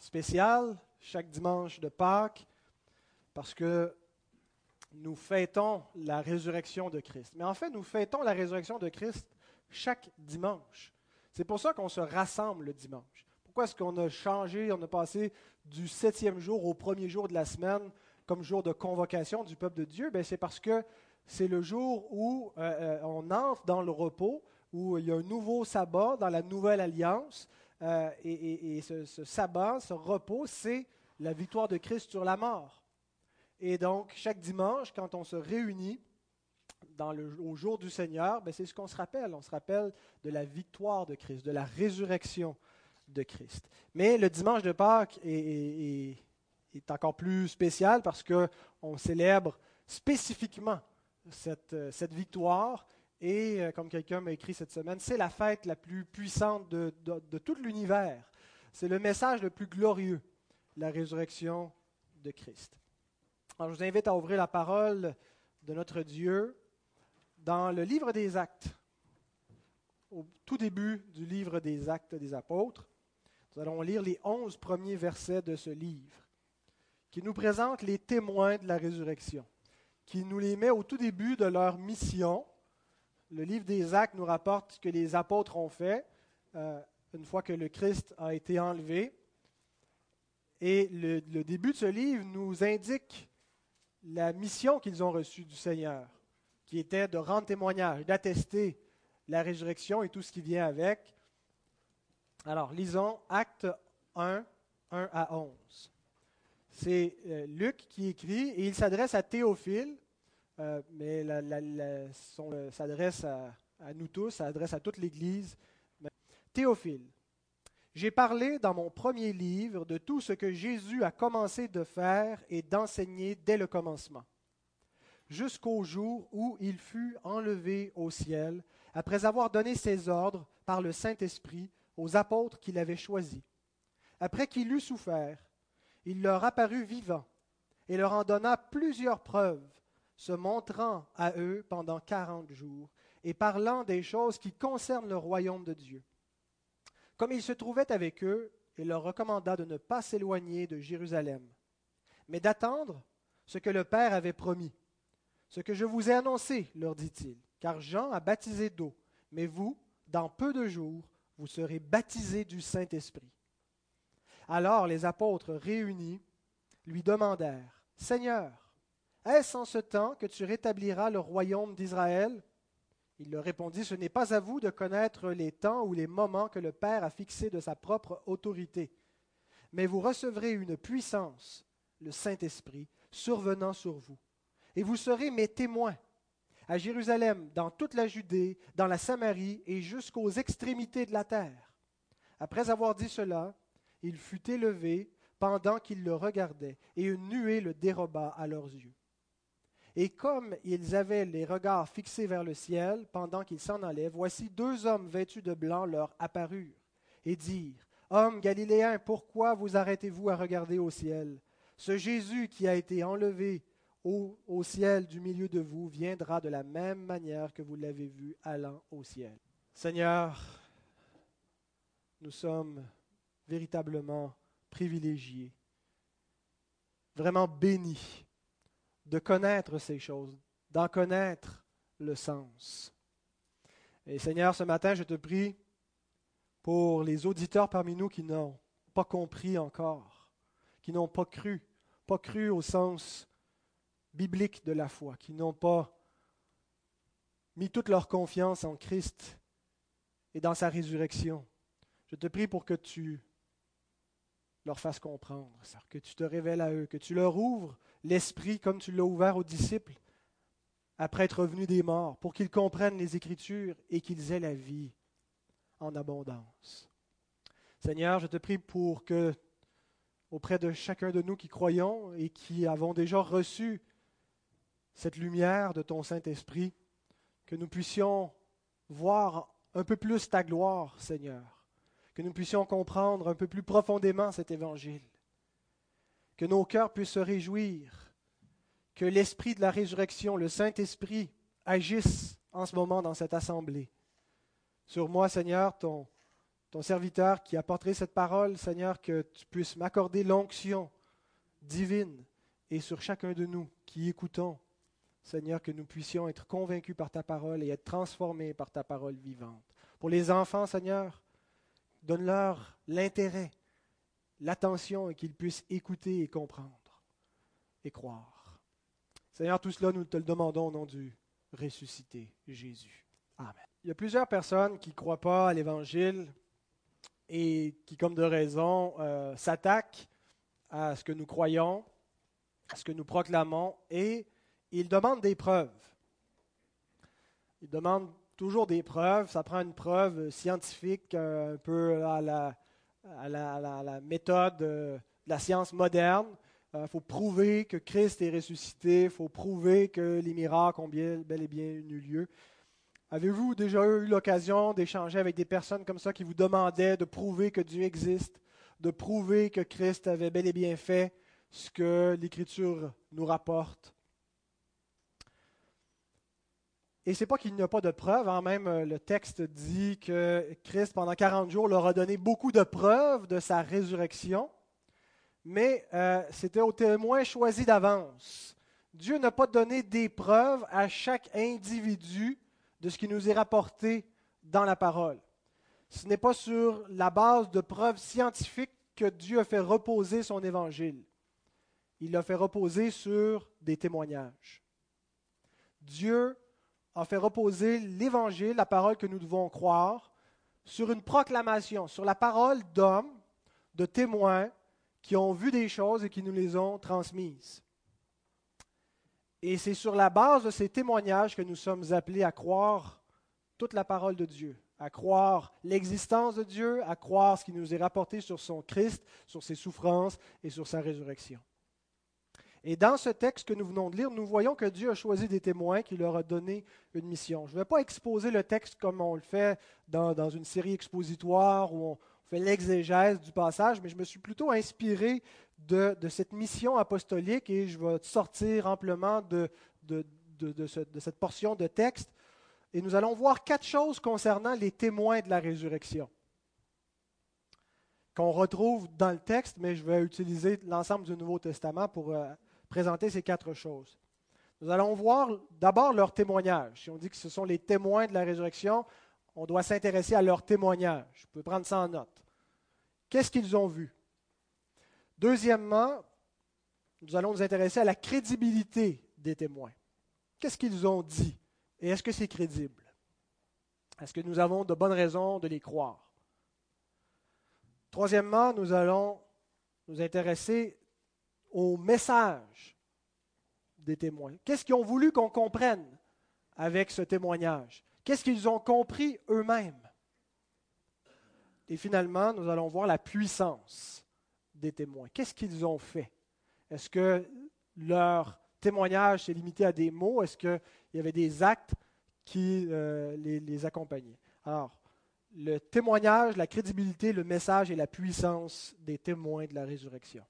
spécial chaque dimanche de Pâques parce que nous fêtons la résurrection de Christ. Mais en fait, nous fêtons la résurrection de Christ chaque dimanche. C'est pour ça qu'on se rassemble le dimanche. Pourquoi est-ce qu'on a changé, on a passé du 7e jour au premier jour de la semaine comme jour de convocation du peuple de Dieu? Bien, c'est parce que c'est le jour où on entre dans le repos, où il y a un nouveau sabbat dans la nouvelle alliance. Et ce sabbat, ce repos, c'est la victoire de Christ sur la mort. Et donc, chaque dimanche, quand on se réunit au jour du Seigneur, bien, c'est ce qu'on se rappelle. On se rappelle de la victoire de Christ, de la résurrection de Christ. Mais le dimanche de Pâques est encore plus spécial parce qu'on célèbre spécifiquement cette victoire. Et comme quelqu'un m'a écrit cette semaine, c'est la fête la plus puissante de tout l'univers. C'est le message le plus glorieux, la résurrection de Christ. Alors, je vous invite à ouvrir la parole de notre Dieu dans le livre des Actes, au tout début du livre des Actes des Apôtres. Nous allons lire les 11 premiers versets de ce livre, qui nous présentent les témoins de la résurrection, qui nous les met au tout début de leur mission. Le livre des Actes nous rapporte ce que les apôtres ont fait une fois que le Christ a été enlevé. Et le début de ce livre nous indique la mission qu'ils ont reçue du Seigneur, qui était de rendre témoignage, d'attester la résurrection et tout ce qui vient avec. Alors, lisons Actes 1, 1 à 11. C'est Luc qui écrit et il s'adresse à Théophile, mais s'adresse à nous tous, s'adresse à toute l'Église. Théophile, j'ai parlé dans mon premier livre de tout ce que Jésus a commencé de faire et d'enseigner dès le commencement, jusqu'au jour où il fut enlevé au ciel, après avoir donné ses ordres par le Saint-Esprit aux apôtres qu'il avait choisis. Après qu'il eut souffert, il leur apparut vivant et leur en donna plusieurs preuves, se montrant à eux pendant 40 jours et parlant des choses qui concernent le royaume de Dieu. Comme il se trouvait avec eux, il leur recommanda de ne pas s'éloigner de Jérusalem, mais d'attendre ce que le Père avait promis. Ce que je vous ai annoncé, leur dit-il, car Jean a baptisé d'eau, mais vous, dans peu de jours, vous serez baptisés du Saint-Esprit. Alors les apôtres réunis lui demandèrent, « Seigneur, est-ce en ce temps que tu rétabliras le royaume d'Israël ?» Il leur répondit, « Ce n'est pas à vous de connaître les temps ou les moments que le Père a fixés de sa propre autorité, mais vous recevrez une puissance, le Saint-Esprit, survenant sur vous. Et vous serez mes témoins à Jérusalem, dans toute la Judée, dans la Samarie et jusqu'aux extrémités de la terre. » Après avoir dit cela, il fut élevé pendant qu'ils le regardaient, et une nuée le déroba à leurs yeux. Et comme ils avaient les regards fixés vers le ciel pendant qu'ils s'en allaient, voici 2 hommes vêtus de blanc leur apparurent et dirent, « Hommes galiléens, pourquoi vous arrêtez-vous à regarder au ciel? Ce Jésus qui a été enlevé au ciel du milieu de vous viendra de la même manière que vous l'avez vu allant au ciel. » Seigneur, nous sommes véritablement privilégiés, vraiment bénis de connaître ces choses, d'en connaître le sens. Et Seigneur, ce matin, je te prie pour les auditeurs parmi nous qui n'ont pas compris encore, qui n'ont pas cru au sens biblique de la foi, qui n'ont pas mis toute leur confiance en Christ et dans sa résurrection. Je te prie pour que tu leur fasses comprendre, que tu te révèles à eux, que tu leur ouvres l'esprit comme tu l'as ouvert aux disciples après être revenus des morts, pour qu'ils comprennent les Écritures et qu'ils aient la vie en abondance. Seigneur, je te prie pour que, auprès de chacun de nous qui croyons et qui avons déjà reçu cette lumière de ton Saint-Esprit, que nous puissions voir un peu plus ta gloire, Seigneur, que nous puissions comprendre un peu plus profondément cet Évangile, que nos cœurs puissent se réjouir, que l'Esprit de la résurrection, le Saint-Esprit, agisse en ce moment dans cette assemblée. Sur moi, Seigneur, ton serviteur qui apporterai cette parole, Seigneur, que tu puisses m'accorder l'onction divine et sur chacun de nous qui écoutons, Seigneur, que nous puissions être convaincus par ta parole et être transformés par ta parole vivante. Pour les enfants, Seigneur, donne-leur l'intérêt, l'attention et qu'ils puissent écouter et comprendre et croire. Seigneur, tout cela, nous te le demandons au nom du ressuscité Jésus. Amen. Il y a plusieurs personnes qui ne croient pas à l'Évangile et qui, comme de raison, s'attaquent à ce que nous croyons, à ce que nous proclamons, et ils demandent des preuves. Ils demandent toujours des preuves. Ça prend une preuve scientifique, un peu à la méthode de la science moderne. Il faut prouver que Christ est ressuscité. Il faut prouver que les miracles ont bel et bien eu lieu. Avez-vous déjà eu l'occasion d'échanger avec des personnes comme ça qui vous demandaient de prouver que Dieu existe, de prouver que Christ avait bel et bien fait ce que l'Écriture nous rapporte? Et ce n'est pas qu'il n'y a pas de preuves, même le texte dit que Christ, pendant 40 jours, leur a donné beaucoup de preuves de sa résurrection, mais c'était aux témoins choisis d'avance. Dieu n'a pas donné des preuves à chaque individu de ce qui nous est rapporté dans la parole. Ce n'est pas sur la base de preuves scientifiques que Dieu a fait reposer son évangile. Il l'a fait reposer sur des témoignages. Dieu a fait reposer l'Évangile, la parole que nous devons croire, sur une proclamation, sur la parole d'hommes, de témoins qui ont vu des choses et qui nous les ont transmises. Et c'est sur la base de ces témoignages que nous sommes appelés à croire toute la parole de Dieu, à croire l'existence de Dieu, à croire ce qui nous est rapporté sur son Christ, sur ses souffrances et sur sa résurrection. Et dans ce texte que nous venons de lire, nous voyons que Dieu a choisi des témoins qui leur a donné une mission. Je ne vais pas exposer le texte comme on le fait dans une série expositoire où on fait l'exégèse du passage, mais je me suis plutôt inspiré de cette mission apostolique et je vais sortir amplement de cette portion de texte. Et nous allons voir 4 choses concernant les témoins de la résurrection qu'on retrouve dans le texte, mais je vais utiliser l'ensemble du Nouveau Testament pour présenter ces 4 choses. Nous allons voir d'abord leur témoignage. Si on dit que ce sont les témoins de la résurrection, on doit s'intéresser à leur témoignage. Vous pouvez prendre ça en note. Qu'est-ce qu'ils ont vu? Deuxièmement, nous allons nous intéresser à la crédibilité des témoins. Qu'est-ce qu'ils ont dit? Et est-ce que c'est crédible? Est-ce que nous avons de bonnes raisons de les croire? Troisièmement, nous allons nous intéresser au message des témoins. Qu'est-ce qu'ils ont voulu qu'on comprenne avec ce témoignage? Qu'est-ce qu'ils ont compris eux-mêmes? Et finalement, nous allons voir la puissance des témoins. Qu'est-ce qu'ils ont fait? Est-ce que leur témoignage s'est limité à des mots? Est-ce qu'il y avait des actes qui les accompagnaient? Alors, le témoignage, la crédibilité, le message et la puissance des témoins de la résurrection.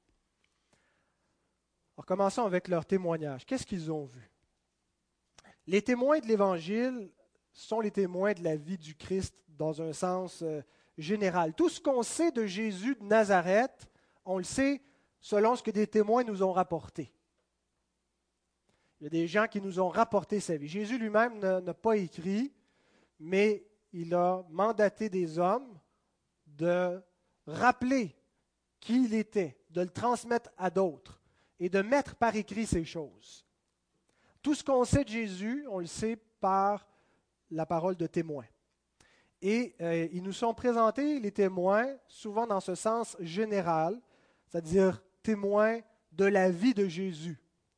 Alors, commençons avec leur témoignage. Qu'est-ce qu'ils ont vu? Les témoins de l'Évangile sont les témoins de la vie du Christ dans un sens général. Tout ce qu'on sait de Jésus de Nazareth, on le sait selon ce que des témoins nous ont rapporté. Il y a des gens qui nous ont rapporté sa vie. Jésus lui-même n'a pas écrit, mais il a mandaté des hommes de rappeler qui il était, de le transmettre à d'autres et de mettre par écrit ces choses. Tout ce qu'on sait de Jésus, on le sait par la parole de témoins. Et ils nous sont présentés, les témoins, souvent dans ce sens général, c'est-à-dire témoins de la vie de Jésus.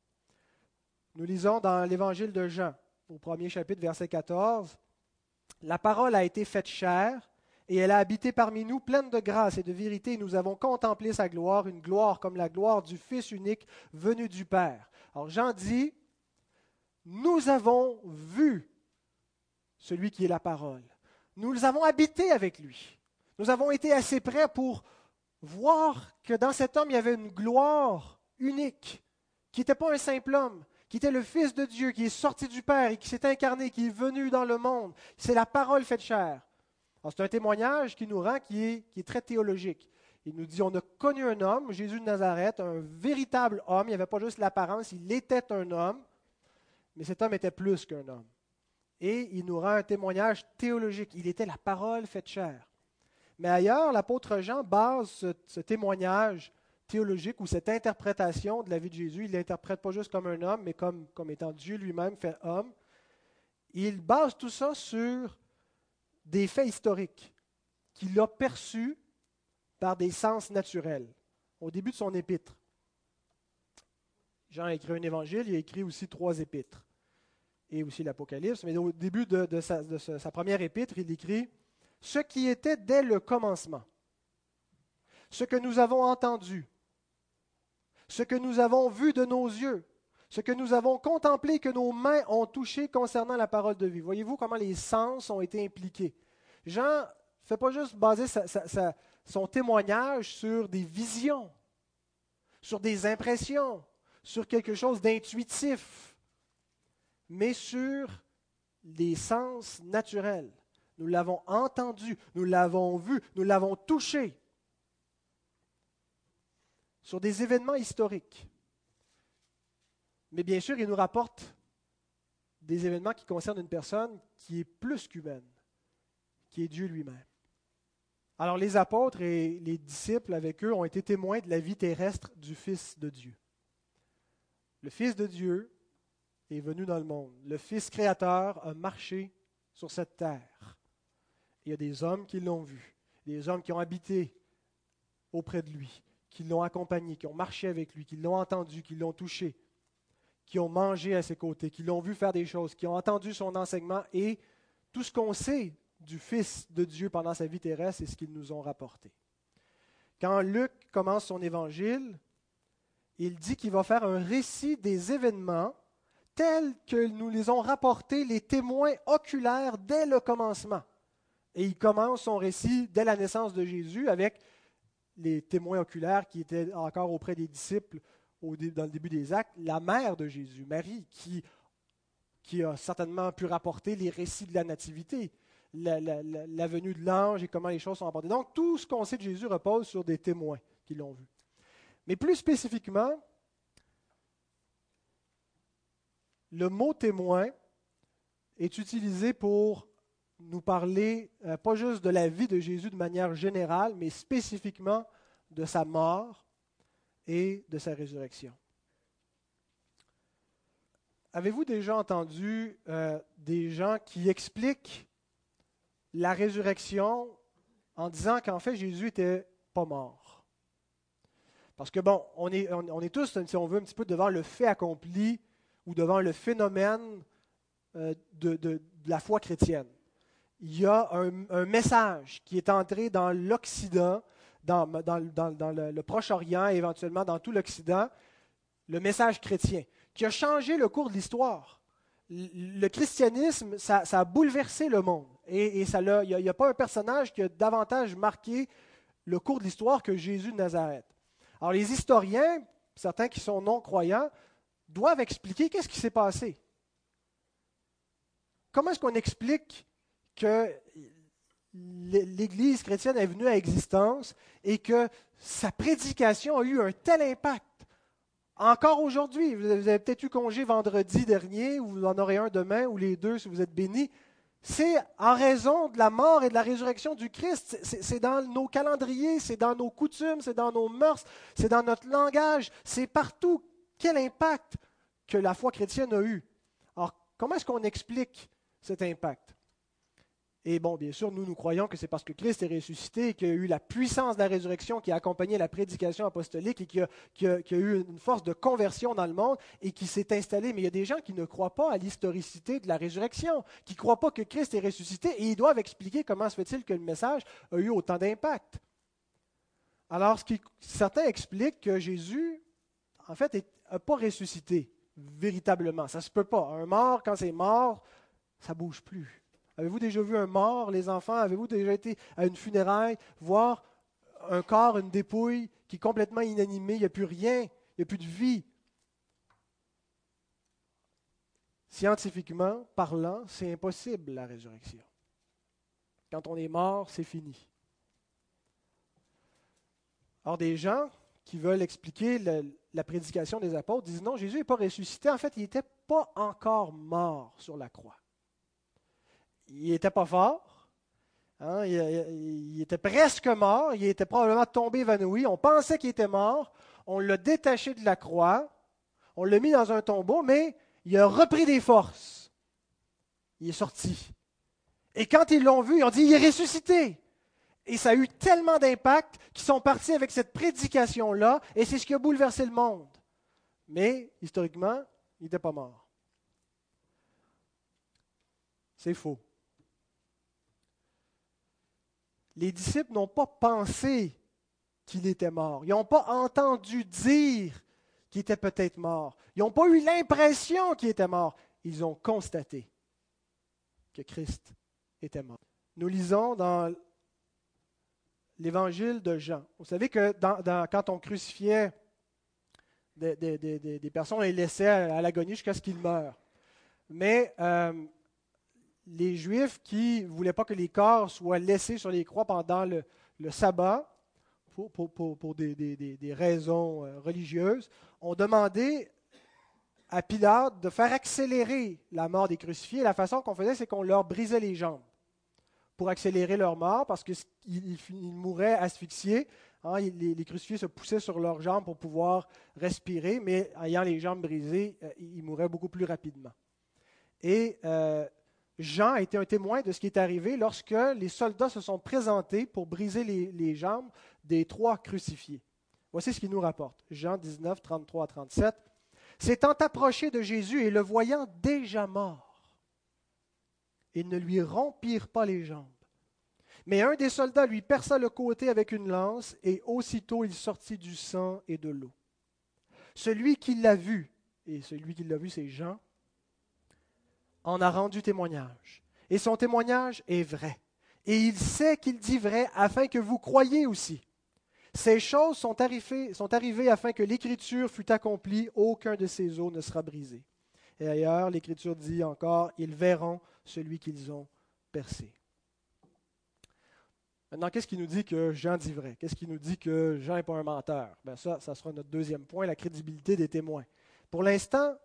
Nous lisons dans l'Évangile de Jean, au 1er chapitre, verset 14, « La parole a été faite chair, et elle a habité parmi nous, pleine de grâce et de vérité, et nous avons contemplé sa gloire, une gloire comme la gloire du Fils unique venu du Père. » Alors Jean dit, « Nous avons vu celui qui est la parole. Nous avons habité avec lui. Nous avons été assez près pour voir que dans cet homme, il y avait une gloire unique, qui n'était pas un simple homme, qui était le Fils de Dieu, qui est sorti du Père et qui s'est incarné, qui est venu dans le monde. C'est la parole faite chair. Alors, c'est un témoignage qui nous rend, qui est très théologique. Il nous dit, on a connu un homme, Jésus de Nazareth, un véritable homme. Il n'y avait pas juste l'apparence, il était un homme, mais cet homme était plus qu'un homme. Et il nous rend un témoignage théologique. Il était la parole faite chair. Mais ailleurs, l'apôtre Jean base ce témoignage théologique ou cette interprétation de la vie de Jésus. Il ne l'interprète pas juste comme un homme, mais comme étant Dieu lui-même fait homme. Il base tout ça sur des faits historiques qu'il a perçus par des sens naturels au début de son épître. Jean a écrit un évangile, il a écrit aussi 3 épîtres et aussi l'Apocalypse. Mais au début de sa première épître, il écrit « Ce qui était dès le commencement, ce que nous avons entendu, ce que nous avons vu de nos yeux, ce que nous avons contemplé, que nos mains ont touché concernant la parole de vie. » Voyez-vous comment les sens ont été impliqués. Jean ne fait pas juste baser son témoignage sur des visions, sur des impressions, sur quelque chose d'intuitif, mais sur les sens naturels. Nous l'avons entendu, nous l'avons vu, nous l'avons touché, sur des événements historiques. Mais bien sûr, il nous rapporte des événements qui concernent une personne qui est plus qu'humaine, qui est Dieu lui-même. Alors les apôtres et les disciples avec eux ont été témoins de la vie terrestre du Fils de Dieu. Le Fils de Dieu est venu dans le monde. Le Fils créateur a marché sur cette terre. Il y a des hommes qui l'ont vu, des hommes qui ont habité auprès de lui, qui l'ont accompagné, qui ont marché avec lui, qui l'ont entendu, qui l'ont touché, qui ont mangé à ses côtés, qui l'ont vu faire des choses, qui ont entendu son enseignement et tout ce qu'on sait du Fils de Dieu pendant sa vie terrestre, c'est ce qu'ils nous ont rapporté. Quand Luc commence son évangile, il dit qu'il va faire un récit des événements tels que nous les ont rapportés les témoins oculaires dès le commencement. Et il commence son récit dès la naissance de Jésus avec les témoins oculaires qui étaient encore auprès des disciples dans le début des actes, la mère de Jésus, Marie, qui a certainement pu rapporter les récits de la nativité, la venue de l'ange et comment les choses sont rapportées. Donc, tout ce qu'on sait de Jésus repose sur des témoins qui l'ont vu. Mais plus spécifiquement, le mot témoin est utilisé pour nous parler pas juste de la vie de Jésus de manière générale, mais spécifiquement de sa mort et de sa résurrection. Avez-vous déjà entendu des gens qui expliquent la résurrection en disant qu'en fait Jésus n'était pas mort? Parce que bon, on est tous, si on veut, un petit peu devant le fait accompli ou devant le phénomène de la foi chrétienne. Il y a un message qui est entré dans l'Occident, dans le Proche-Orient et éventuellement dans tout l'Occident, le message chrétien, qui a changé le cours de l'histoire. Le christianisme, ça a bouleversé le monde. Et il n'y a pas un personnage qui a davantage marqué le cours de l'histoire que Jésus de Nazareth. Alors les historiens, certains qui sont non-croyants, doivent expliquer qu'est-ce qui s'est passé. Comment est-ce qu'on explique que l'Église chrétienne est venue à existence et que sa prédication a eu un tel impact? Encore aujourd'hui, vous avez peut-être eu congé vendredi dernier, ou vous en aurez un demain, ou les deux si vous êtes bénis. C'est en raison de la mort et de la résurrection du Christ. C'est dans nos calendriers, c'est dans nos coutumes, c'est dans nos mœurs, c'est dans notre langage, c'est partout. Quel impact que la foi chrétienne a eu. Alors, comment est-ce qu'on explique cet impact? Et bon, bien sûr, nous croyons que c'est parce que Christ est ressuscité et qu'il y a eu la puissance de la résurrection qui a accompagné la prédication apostolique et qui a eu une force de conversion dans le monde et qui s'est installée. Mais il y a des gens qui ne croient pas à l'historicité de la résurrection, qui ne croient pas que Christ est ressuscité et ils doivent expliquer comment se fait-il que le message a eu autant d'impact. Alors, certains expliquent que Jésus, en fait, n'a pas ressuscité véritablement. Ça ne se peut pas. Un mort, quand c'est mort, ça ne bouge plus. Avez-vous déjà vu un mort, les enfants? Avez-vous déjà été à une funéraille, voir un corps, une dépouille qui est complètement inanimée, il n'y a plus rien, il n'y a plus de vie? Scientifiquement parlant, c'est impossible la résurrection. Quand on est mort, c'est fini. Or, des gens qui veulent expliquer la prédication des apôtres disent non, Jésus n'est pas ressuscité. En fait, il n'était pas encore mort sur la croix. Il n'était pas fort. Hein, il était presque mort. Il était probablement tombé évanoui. On pensait qu'il était mort. On l'a détaché de la croix. On l'a mis dans un tombeau, mais il a repris des forces. Il est sorti. Et quand ils l'ont vu, ils ont dit, il est ressuscité. Et ça a eu tellement d'impact qu'ils sont partis avec cette prédication-là, et c'est ce qui a bouleversé le monde. Mais, historiquement, il n'était pas mort. C'est faux. Les disciples n'ont pas pensé qu'il était mort. Ils n'ont pas entendu dire qu'il était peut-être mort. Ils n'ont pas eu l'impression qu'il était mort. Ils ont constaté que Christ était mort. Nous lisons dans l'Évangile de Jean. Vous savez que quand on crucifiait des personnes, on les laissait à l'agonie jusqu'à ce qu'ils meurent. Mais les Juifs qui ne voulaient pas que les corps soient laissés sur les croix pendant le sabbat, pour des raisons religieuses, ont demandé à Pilate de faire accélérer la mort des crucifiés. Et la façon qu'on faisait, c'est qu'on leur brisait les jambes pour accélérer leur mort, parce qu'ils mouraient asphyxiés. Hein, les crucifiés se poussaient sur leurs jambes pour pouvoir respirer, mais ayant les jambes brisées, ils mouraient beaucoup plus rapidement. Et Jean a été un témoin de ce qui est arrivé lorsque les soldats se sont présentés pour briser les jambes des 3 crucifiés. Voici ce qu'il nous rapporte. Jean 19, 33 à 37. S'étant approché de Jésus et le voyant déjà mort, ils ne lui rompirent pas les jambes. Mais un des soldats lui perça le côté avec une lance, et aussitôt il sortit du sang et de l'eau. Celui qui l'a vu, et celui qui l'a vu c'est Jean, en a rendu témoignage. Et son témoignage est vrai. Et il sait qu'il dit vrai afin que vous croyiez aussi. Ces choses sont arrivées afin que l'Écriture fût accomplie, aucun de ces os ne sera brisé. Et ailleurs, l'Écriture dit encore, ils verront celui qu'ils ont percé. Maintenant, qu'est-ce qui nous dit que Jean dit vrai? Qu'est-ce qui nous dit que Jean n'est pas un menteur? Bien ça sera notre deuxième point, la crédibilité des témoins. Pour l'instant,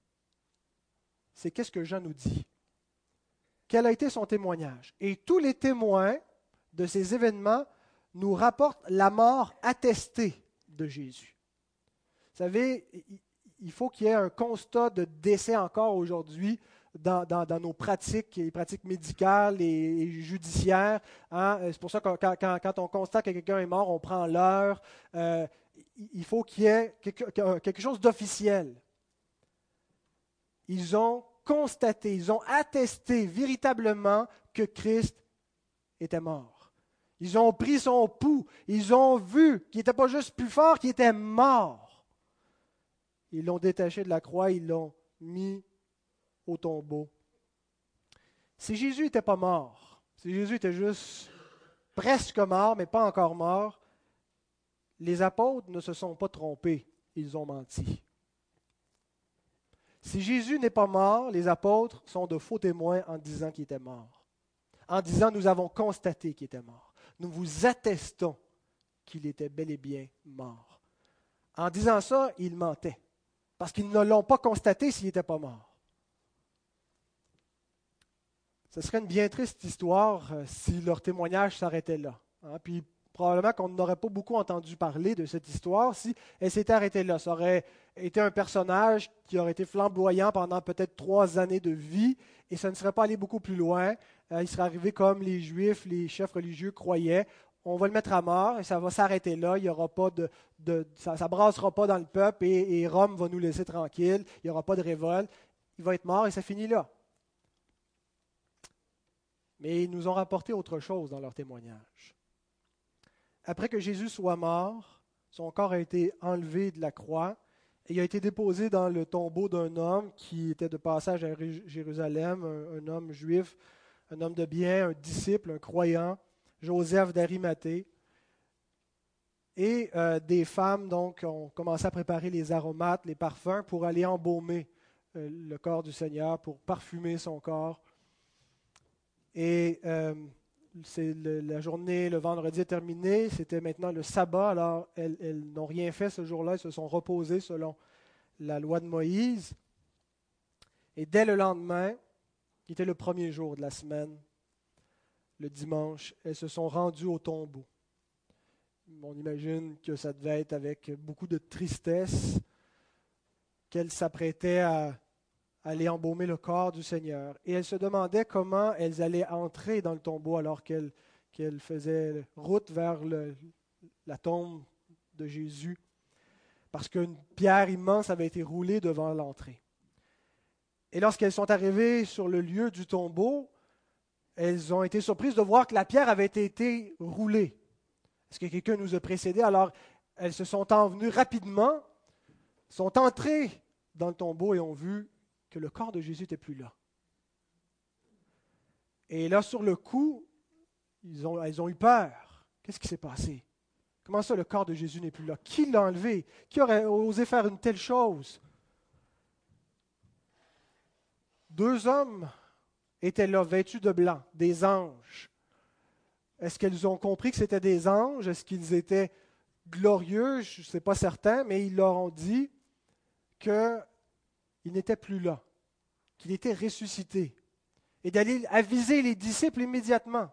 c'est qu'est-ce que Jean nous dit? Quel a été son témoignage? Et tous les témoins de ces événements nous rapportent la mort attestée de Jésus. Vous savez, il faut qu'il y ait un constat de décès encore aujourd'hui dans nos pratiques, les pratiques médicales et judiciaires. Hein? C'est pour ça que quand on constate que quelqu'un est mort, on prend l'heure. Il faut qu'il y ait quelque chose d'officiel. Ils ont constaté, ils ont attesté véritablement que Christ était mort. Ils ont pris son pouls, ils ont vu qu'il n'était pas juste plus fort, qu'il était mort. Ils l'ont détaché de la croix, ils l'ont mis au tombeau. Si Jésus n'était pas mort, si Jésus était juste presque mort, mais pas encore mort, les apôtres ne se sont pas trompés, ils ont menti. Si Jésus n'est pas mort, les apôtres sont de faux témoins en disant qu'il était mort. En disant, nous avons constaté qu'il était mort. Nous vous attestons qu'il était bel et bien mort. En disant ça, ils mentaient, parce qu'ils ne l'ont pas constaté s'il n'était pas mort. Ce serait une bien triste histoire si leur témoignage s'arrêtait là. Hein? Puis probablement qu'on n'aurait pas beaucoup entendu parler de cette histoire si elle s'était arrêtée là. Ça aurait été un personnage qui aurait été flamboyant pendant peut-être 3 années de vie et ça ne serait pas allé beaucoup plus loin. Il serait arrivé comme les Juifs, les chefs religieux croyaient. On va le mettre à mort et ça va s'arrêter là. Il y aura pas ça ne brassera pas dans le peuple et Rome va nous laisser tranquilles. Il n'y aura pas de révolte. Il va être mort et ça finit là. Mais ils nous ont rapporté autre chose dans leur témoignage. Après que Jésus soit mort, son corps a été enlevé de la croix et il a été déposé dans le tombeau d'un homme qui était de passage à Jérusalem, un homme juif, un homme de bien, un disciple, un croyant, Joseph d'Arimathée. Et des femmes donc ont commencé à préparer les aromates, les parfums pour aller embaumer le corps du Seigneur, pour parfumer son corps. Et la journée, le vendredi est terminée, c'était maintenant le sabbat, alors elles n'ont rien fait ce jour-là, elles se sont reposées selon la loi de Moïse. Et dès le lendemain, qui était le premier jour de la semaine, le dimanche, elles se sont rendues au tombeau. On imagine que ça devait être avec beaucoup de tristesse qu'elles s'apprêtaient à aller embaumer le corps du Seigneur. Et elles se demandaient comment elles allaient entrer dans le tombeau alors qu'elles faisaient route vers la tombe de Jésus, parce qu'une pierre immense avait été roulée devant l'entrée. Et lorsqu'elles sont arrivées sur le lieu du tombeau, elles ont été surprises de voir que la pierre avait été roulée. Est-ce que quelqu'un nous a précédés? Alors, elles se sont envenues rapidement, sont entrées dans le tombeau et ont vu que le corps de Jésus n'était plus là. Et là, sur le coup, elles ont eu peur. Qu'est-ce qui s'est passé? Comment ça, le corps de Jésus n'est plus là? Qui l'a enlevé? Qui aurait osé faire une telle chose? 2 hommes étaient là, vêtus de blanc, des anges. Est-ce qu'elles ont compris que c'était des anges? Est-ce qu'ils étaient glorieux? Je ne sais pas certain, mais ils leur ont dit qu'il n'était plus là, qu'il était ressuscité, et d'aller aviser les disciples immédiatement.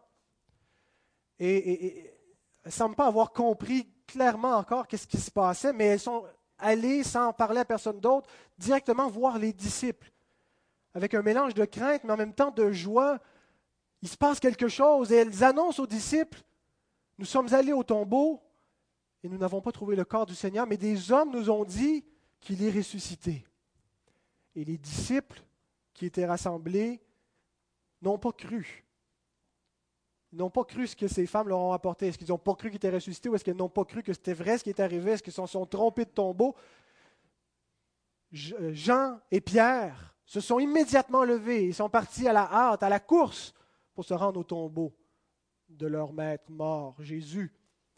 Et elles ne semblent pas avoir compris clairement encore qu'est-ce qui se passait, mais elles sont allées, sans parler à personne d'autre, directement voir les disciples, avec un mélange de crainte, mais en même temps de joie. Il se passe quelque chose, et elles annoncent aux disciples, nous sommes allés au tombeau, et nous n'avons pas trouvé le corps du Seigneur, mais des hommes nous ont dit qu'il est ressuscité. Et les disciples qui étaient rassemblés n'ont pas cru. Ils n'ont pas cru ce que ces femmes leur ont apporté. Est-ce qu'ils n'ont pas cru qu'il était ressuscité ou est-ce qu'ils n'ont pas cru que c'était vrai ce qui est arrivé? Est-ce qu'ils se sont trompés de tombeau? Jean et Pierre se sont immédiatement levés. Ils sont partis à la hâte, à la course, pour se rendre au tombeau de leur maître mort, Jésus.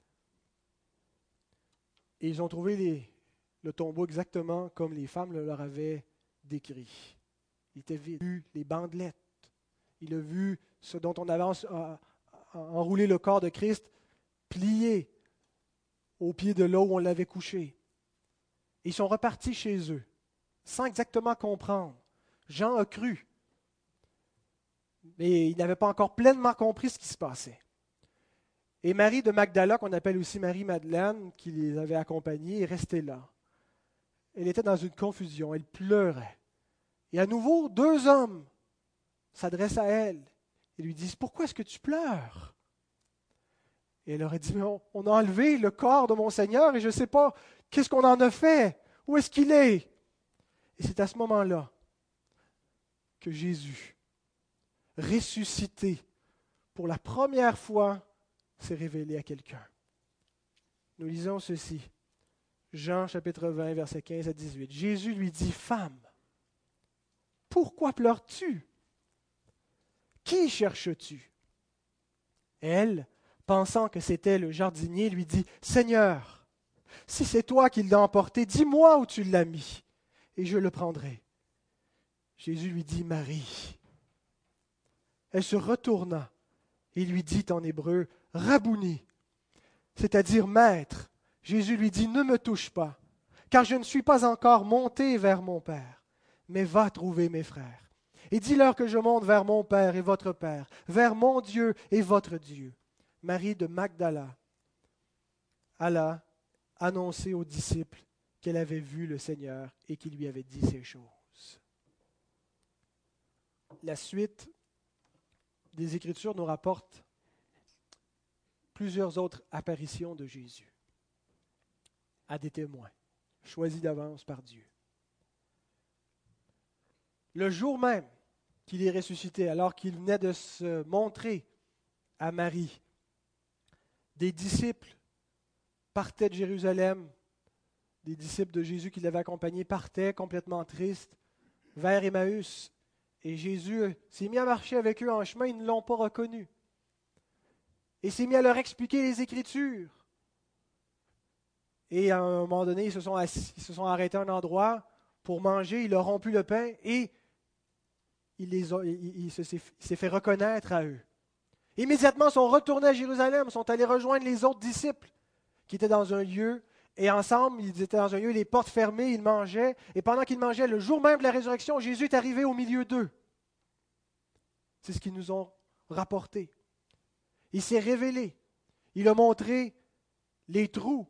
Et ils ont trouvé le tombeau exactement comme les femmes le leur avaient décrit. Il était vide, les bandelettes. Il a vu ce dont on avait enroulé le corps de Christ, plié au pied de l'eau où on l'avait couché. Ils sont repartis chez eux, sans exactement comprendre. Jean a cru, mais il n'avait pas encore pleinement compris ce qui se passait. Et Marie de Magdala, qu'on appelle aussi Marie-Madeleine, qui les avait accompagnés, est restée là. Elle était dans une confusion, elle pleurait. Et à nouveau, 2 hommes s'adressent à elle et lui disent « Pourquoi est-ce que tu pleures ?» Et elle leur a dit « Mais on a enlevé le corps de mon Seigneur et je ne sais pas qu'est-ce qu'on en a fait. Où est-ce qu'il est? » Et c'est à ce moment-là que Jésus, ressuscité pour la première fois, s'est révélé à quelqu'un. Nous lisons ceci. Jean chapitre 20, versets 15 à 18. Jésus lui dit « Femme, pourquoi pleures-tu? Qui cherches-tu? » Elle, pensant que c'était le jardinier, lui dit « Seigneur, si c'est toi qui l'as emporté, dis-moi où tu l'as mis, et je le prendrai. » Jésus lui dit « Marie. » Elle se retourna et lui dit en hébreu « Rabouni », c'est-à-dire « Maître ». Jésus lui dit « Ne me touche pas, car je ne suis pas encore monté vers mon Père, mais va trouver mes frères. Et dis-leur que je monte vers mon Père et votre Père, vers mon Dieu et votre Dieu. » Marie de Magdala alla annoncer aux disciples qu'elle avait vu le Seigneur et qu'il lui avait dit ces choses. La suite des Écritures nous rapporte plusieurs autres apparitions de Jésus à des témoins, choisis d'avance par Dieu. Le jour même qu'il est ressuscité, alors qu'il venait de se montrer à Marie, des disciples partaient de Jérusalem, des disciples de Jésus qui l'avaient accompagné partaient complètement tristes vers Emmaüs. Et Jésus s'est mis à marcher avec eux en chemin, ils ne l'ont pas reconnu. Et s'est mis à leur expliquer les Écritures. Et à un moment donné, ils se sont arrêtés à un endroit pour manger, il leur rompu le pain et il s'est fait reconnaître à eux. Immédiatement, ils sont retournés à Jérusalem, sont allés rejoindre les autres disciples qui étaient dans un lieu. Et ensemble, ils étaient dans un lieu, les portes fermées, ils mangeaient. Et pendant qu'ils mangeaient, le jour même de la résurrection, Jésus est arrivé au milieu d'eux. C'est ce qu'ils nous ont rapporté. Il s'est révélé. Il a montré les trous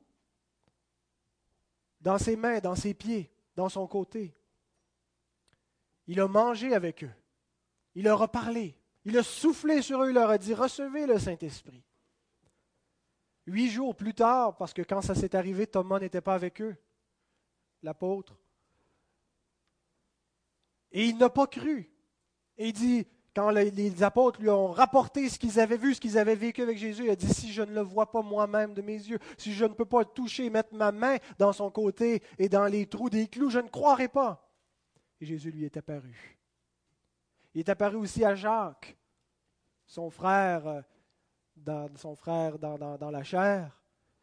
dans ses mains, dans ses pieds, dans son côté. Il a mangé avec eux. Il leur a parlé. Il a soufflé sur eux. Il leur a dit, recevez le Saint-Esprit. 8 jours plus tard, parce que quand ça s'est arrivé, Thomas n'était pas avec eux, l'apôtre. Et il n'a pas cru. Et il dit, quand les apôtres lui ont rapporté ce qu'ils avaient vu, ce qu'ils avaient vécu avec Jésus, il a dit, si je ne le vois pas moi-même de mes yeux, si je ne peux pas le toucher, mettre ma main dans son côté et dans les trous des clous, je ne croirai pas. Et Jésus lui est apparu. Il est apparu aussi à Jacques, son frère dans la chair,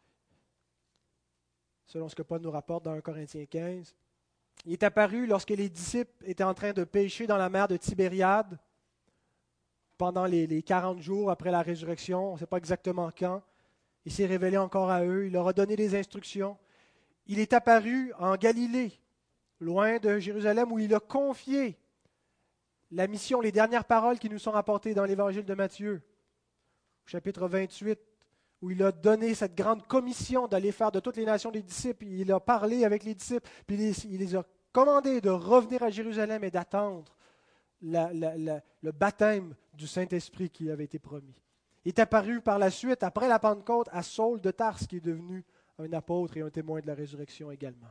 selon ce que Paul nous rapporte dans 1 Corinthiens 15. Il est apparu lorsque les disciples étaient en train de pêcher dans la mer de Tibériade, pendant les 40 jours après la résurrection, on ne sait pas exactement quand. Il s'est révélé encore à eux, il leur a donné des instructions. Il est apparu en Galilée, loin de Jérusalem, où il a confié la mission, les dernières paroles qui nous sont rapportées dans l'évangile de Matthieu, au chapitre 28, où il a donné cette grande commission d'aller faire de toutes les nations des disciples. Il a parlé avec les disciples, puis il les a commandés de revenir à Jérusalem et d'attendre le baptême du Saint-Esprit qui avait été promis. Il est apparu par la suite, après la Pentecôte, à Saul de Tarse, qui est devenu un apôtre et un témoin de la résurrection également.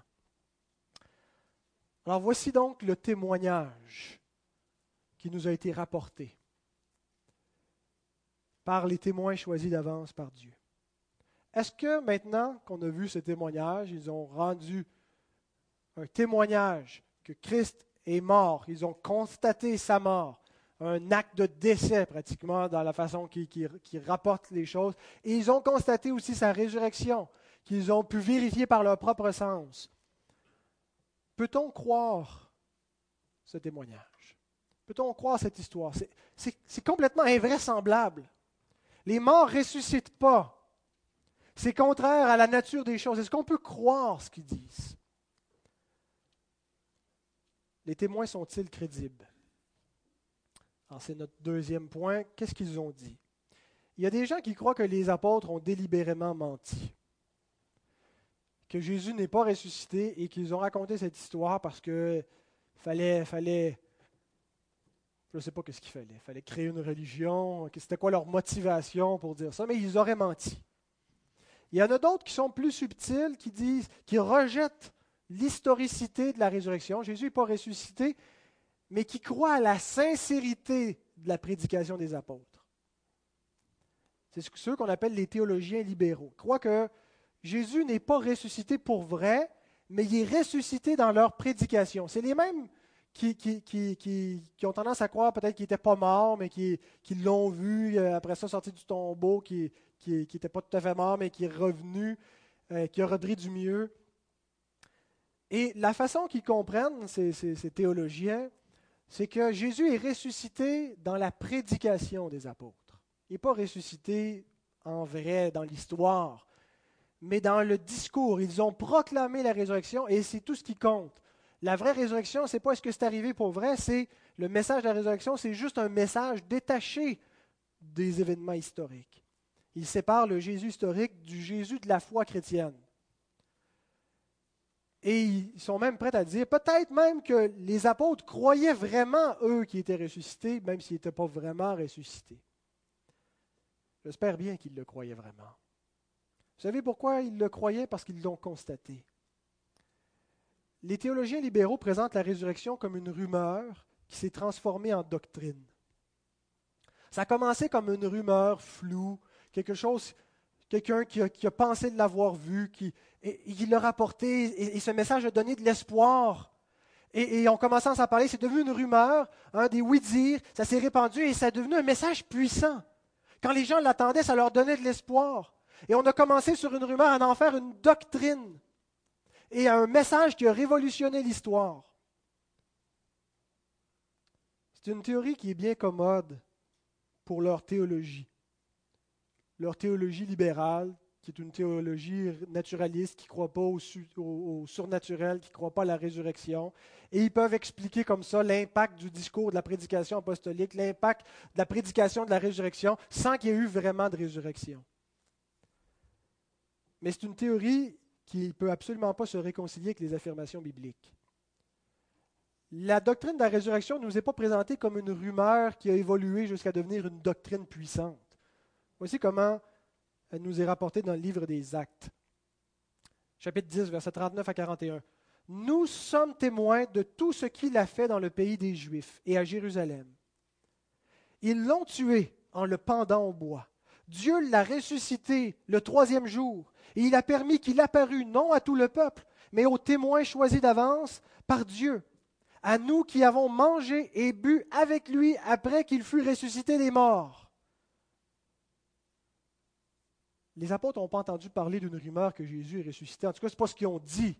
Alors voici donc le témoignage qui nous a été rapporté par les témoins choisis d'avance par Dieu. Est-ce que maintenant qu'on a vu ce témoignage, ils ont rendu un témoignage que Christ est mort, ils ont constaté sa mort, un acte de décès pratiquement dans la façon qu'ils rapportent les choses, et ils ont constaté aussi sa résurrection, qu'ils ont pu vérifier par leur propre sens. Peut-on croire ce témoignage? Peut-on croire cette histoire? C'est complètement invraisemblable. Les morts ne ressuscitent pas. C'est contraire à la nature des choses. Est-ce qu'on peut croire ce qu'ils disent? Les témoins sont-ils crédibles? Alors, c'est notre deuxième point. Qu'est-ce qu'ils ont dit? Il y a des gens qui croient que les apôtres ont délibérément menti, que Jésus n'est pas ressuscité et qu'ils ont raconté cette histoire parce que fallait je ne sais pas ce qu'il fallait. Il fallait créer une religion. C'était quoi leur motivation pour dire ça? Mais ils auraient menti. Il y en a d'autres qui sont plus subtils, qui rejettent l'historicité de la résurrection. Jésus n'est pas ressuscité, mais qui croient à la sincérité de la prédication des apôtres. C'est ceux qu'on appelle les théologiens libéraux. Ils croient que Jésus n'est pas ressuscité pour vrai, mais il est ressuscité dans leur prédication. C'est les mêmes qui ont tendance à croire peut-être qu'il n'était pas mort, mais qui l'ont vu après ça sorti du tombeau, qui n'était pas tout à fait mort, mais qui est revenu, qui a repris du mieux. Et la façon qu'ils comprennent, ces théologiens, c'est que Jésus est ressuscité dans la prédication des apôtres. Il n'est pas ressuscité en vrai dans l'histoire, mais dans le discours. Ils ont proclamé la résurrection et c'est tout ce qui compte. La vraie résurrection, ce n'est pas est-ce que c'est arrivé pour vrai, c'est le message de la résurrection, c'est juste un message détaché des événements historiques. Il sépare le Jésus historique du Jésus de la foi chrétienne. Et ils sont même prêts à dire, peut-être même que les apôtres croyaient vraiment, eux, qui étaient ressuscités, même s'ils n'étaient pas vraiment ressuscités. J'espère bien qu'ils le croyaient vraiment. Vous savez pourquoi ils le croyaient? Parce qu'ils l'ont constaté. Les théologiens libéraux présentent la résurrection comme une rumeur qui s'est transformée en doctrine. Ça a commencé comme une rumeur floue, quelqu'un qui a pensé de l'avoir vu, et il l'a rapporté, et ce message a donné de l'espoir. Et on commence à s'en parler, c'est devenu une rumeur, des oui-dire, ça s'est répandu et ça est devenu un message puissant. Quand les gens l'attendaient, ça leur donnait de l'espoir. Et on a commencé sur une rumeur à en faire une doctrine et un message qui a révolutionné l'histoire. C'est une théorie qui est bien commode pour leur théologie. leur théologie libérale, qui est une théologie naturaliste, qui ne croit pas au surnaturel, qui ne croit pas à la résurrection. Et ils peuvent expliquer comme ça l'impact du discours de la prédication apostolique, l'impact de la prédication de la résurrection, sans qu'il y ait eu vraiment de résurrection. Mais c'est une théorie qui ne peut absolument pas se réconcilier avec les affirmations bibliques. La doctrine de la résurrection ne nous est pas présentée comme une rumeur qui a évolué jusqu'à devenir une doctrine puissante. Voici comment elle nous est rapportée dans le livre des Actes. Chapitre 10, versets 39 à 41. « Nous sommes témoins de tout ce qu'il a fait dans le pays des Juifs et à Jérusalem. Ils l'ont tué en le pendant au bois. Dieu l'a ressuscité le troisième jour, et il a permis qu'il apparût non à tout le peuple, mais aux témoins choisis d'avance par Dieu, à nous qui avons mangé et bu avec lui après qu'il fut ressuscité des morts. » Les apôtres n'ont pas entendu parler d'une rumeur que Jésus est ressuscité. En tout cas, ce n'est pas ce qu'ils ont dit.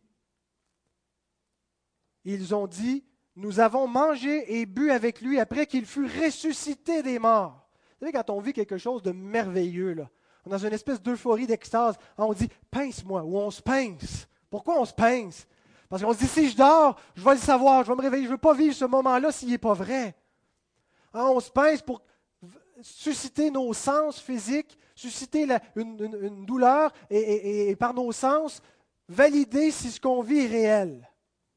Ils ont dit, nous avons mangé et bu avec lui après qu'il fut ressuscité des morts. Vous savez, quand on vit quelque chose de merveilleux, là, on est dans une espèce d'euphorie, d'extase, on dit, pince-moi, ou on se pince. Pourquoi on se pince? Parce qu'on se dit, si je dors, je vais le savoir, je vais me réveiller, je ne veux pas vivre ce moment-là s'il n'est pas vrai. On se pince pour susciter nos sens physiques, susciter une douleur et par nos sens, valider si ce qu'on vit est réel.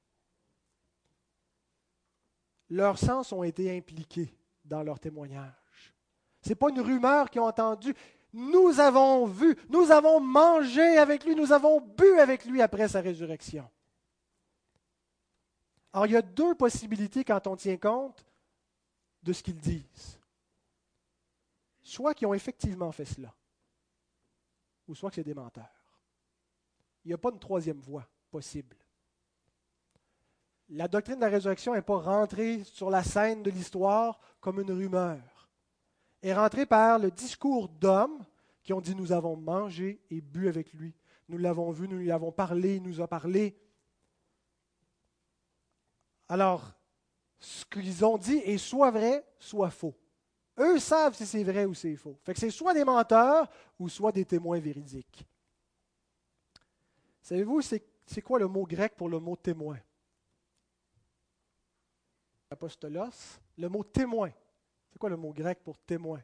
Leurs sens ont été impliqués dans leur témoignage. Ce n'est pas une rumeur qu'ils ont entendue. Nous avons vu, nous avons mangé avec lui, nous avons bu avec lui après sa résurrection. Alors, il y a deux possibilités quand on tient compte de ce qu'ils disent. Soit qu'ils ont effectivement fait cela, ou soit que c'est des menteurs. Il n'y a pas une troisième voie possible. La doctrine de la résurrection n'est pas rentrée sur la scène de l'histoire comme une rumeur. Elle est rentrée par le discours d'hommes qui ont dit « Nous avons mangé et bu avec lui. Nous l'avons vu, nous lui avons parlé, il nous a parlé. » Alors, ce qu'ils ont dit est soit vrai, soit faux. Eux savent si c'est vrai ou c'est faux. Fait que c'est soit des menteurs ou soit des témoins véridiques. Savez-vous, c'est quoi le mot grec pour le mot témoin? Apostolos. Le mot témoin. C'est quoi le mot grec pour témoin?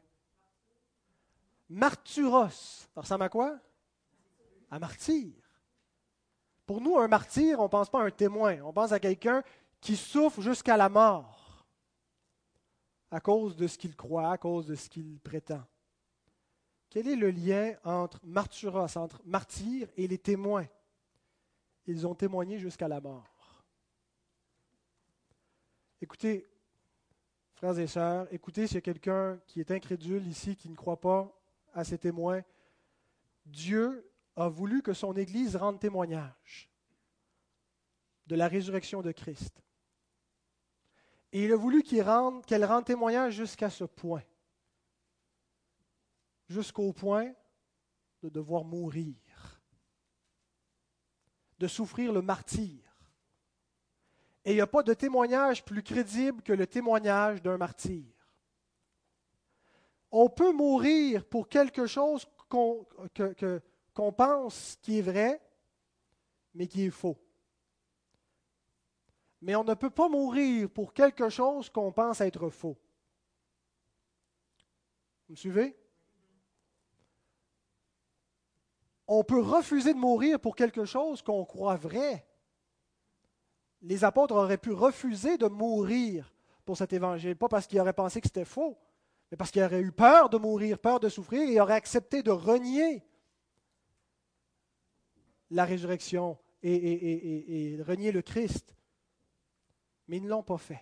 Martyros. Ça ressemble à quoi? À martyr. Pour nous, un martyr, on ne pense pas à un témoin. On pense à quelqu'un qui souffre jusqu'à la mort à cause de ce qu'il croit, à cause de ce qu'il prétend. Quel est le lien entre martyros, entre martyrs et les témoins? Ils ont témoigné jusqu'à la mort. Écoutez, frères et sœurs, écoutez s'il y a quelqu'un qui est incrédule ici, qui ne croit pas à ces témoins. Dieu a voulu que son Église rende témoignage de la résurrection de Christ. Et il a voulu qu'elle rende témoignage jusqu'à ce point. Jusqu'au point de devoir mourir, de souffrir le martyre. Et il n'y a pas de témoignage plus crédible que le témoignage d'un martyr. On peut mourir pour quelque chose qu'on pense qui est vrai, mais qui est faux. Mais on ne peut pas mourir pour quelque chose qu'on pense être faux. Vous me suivez? On peut refuser de mourir pour quelque chose qu'on croit vrai. Les apôtres auraient pu refuser de mourir pour cet évangile, pas parce qu'ils auraient pensé que c'était faux, mais parce qu'ils auraient eu peur de mourir, peur de souffrir, et ils auraient accepté de renier la résurrection et renier le Christ. Mais ils ne l'ont pas fait.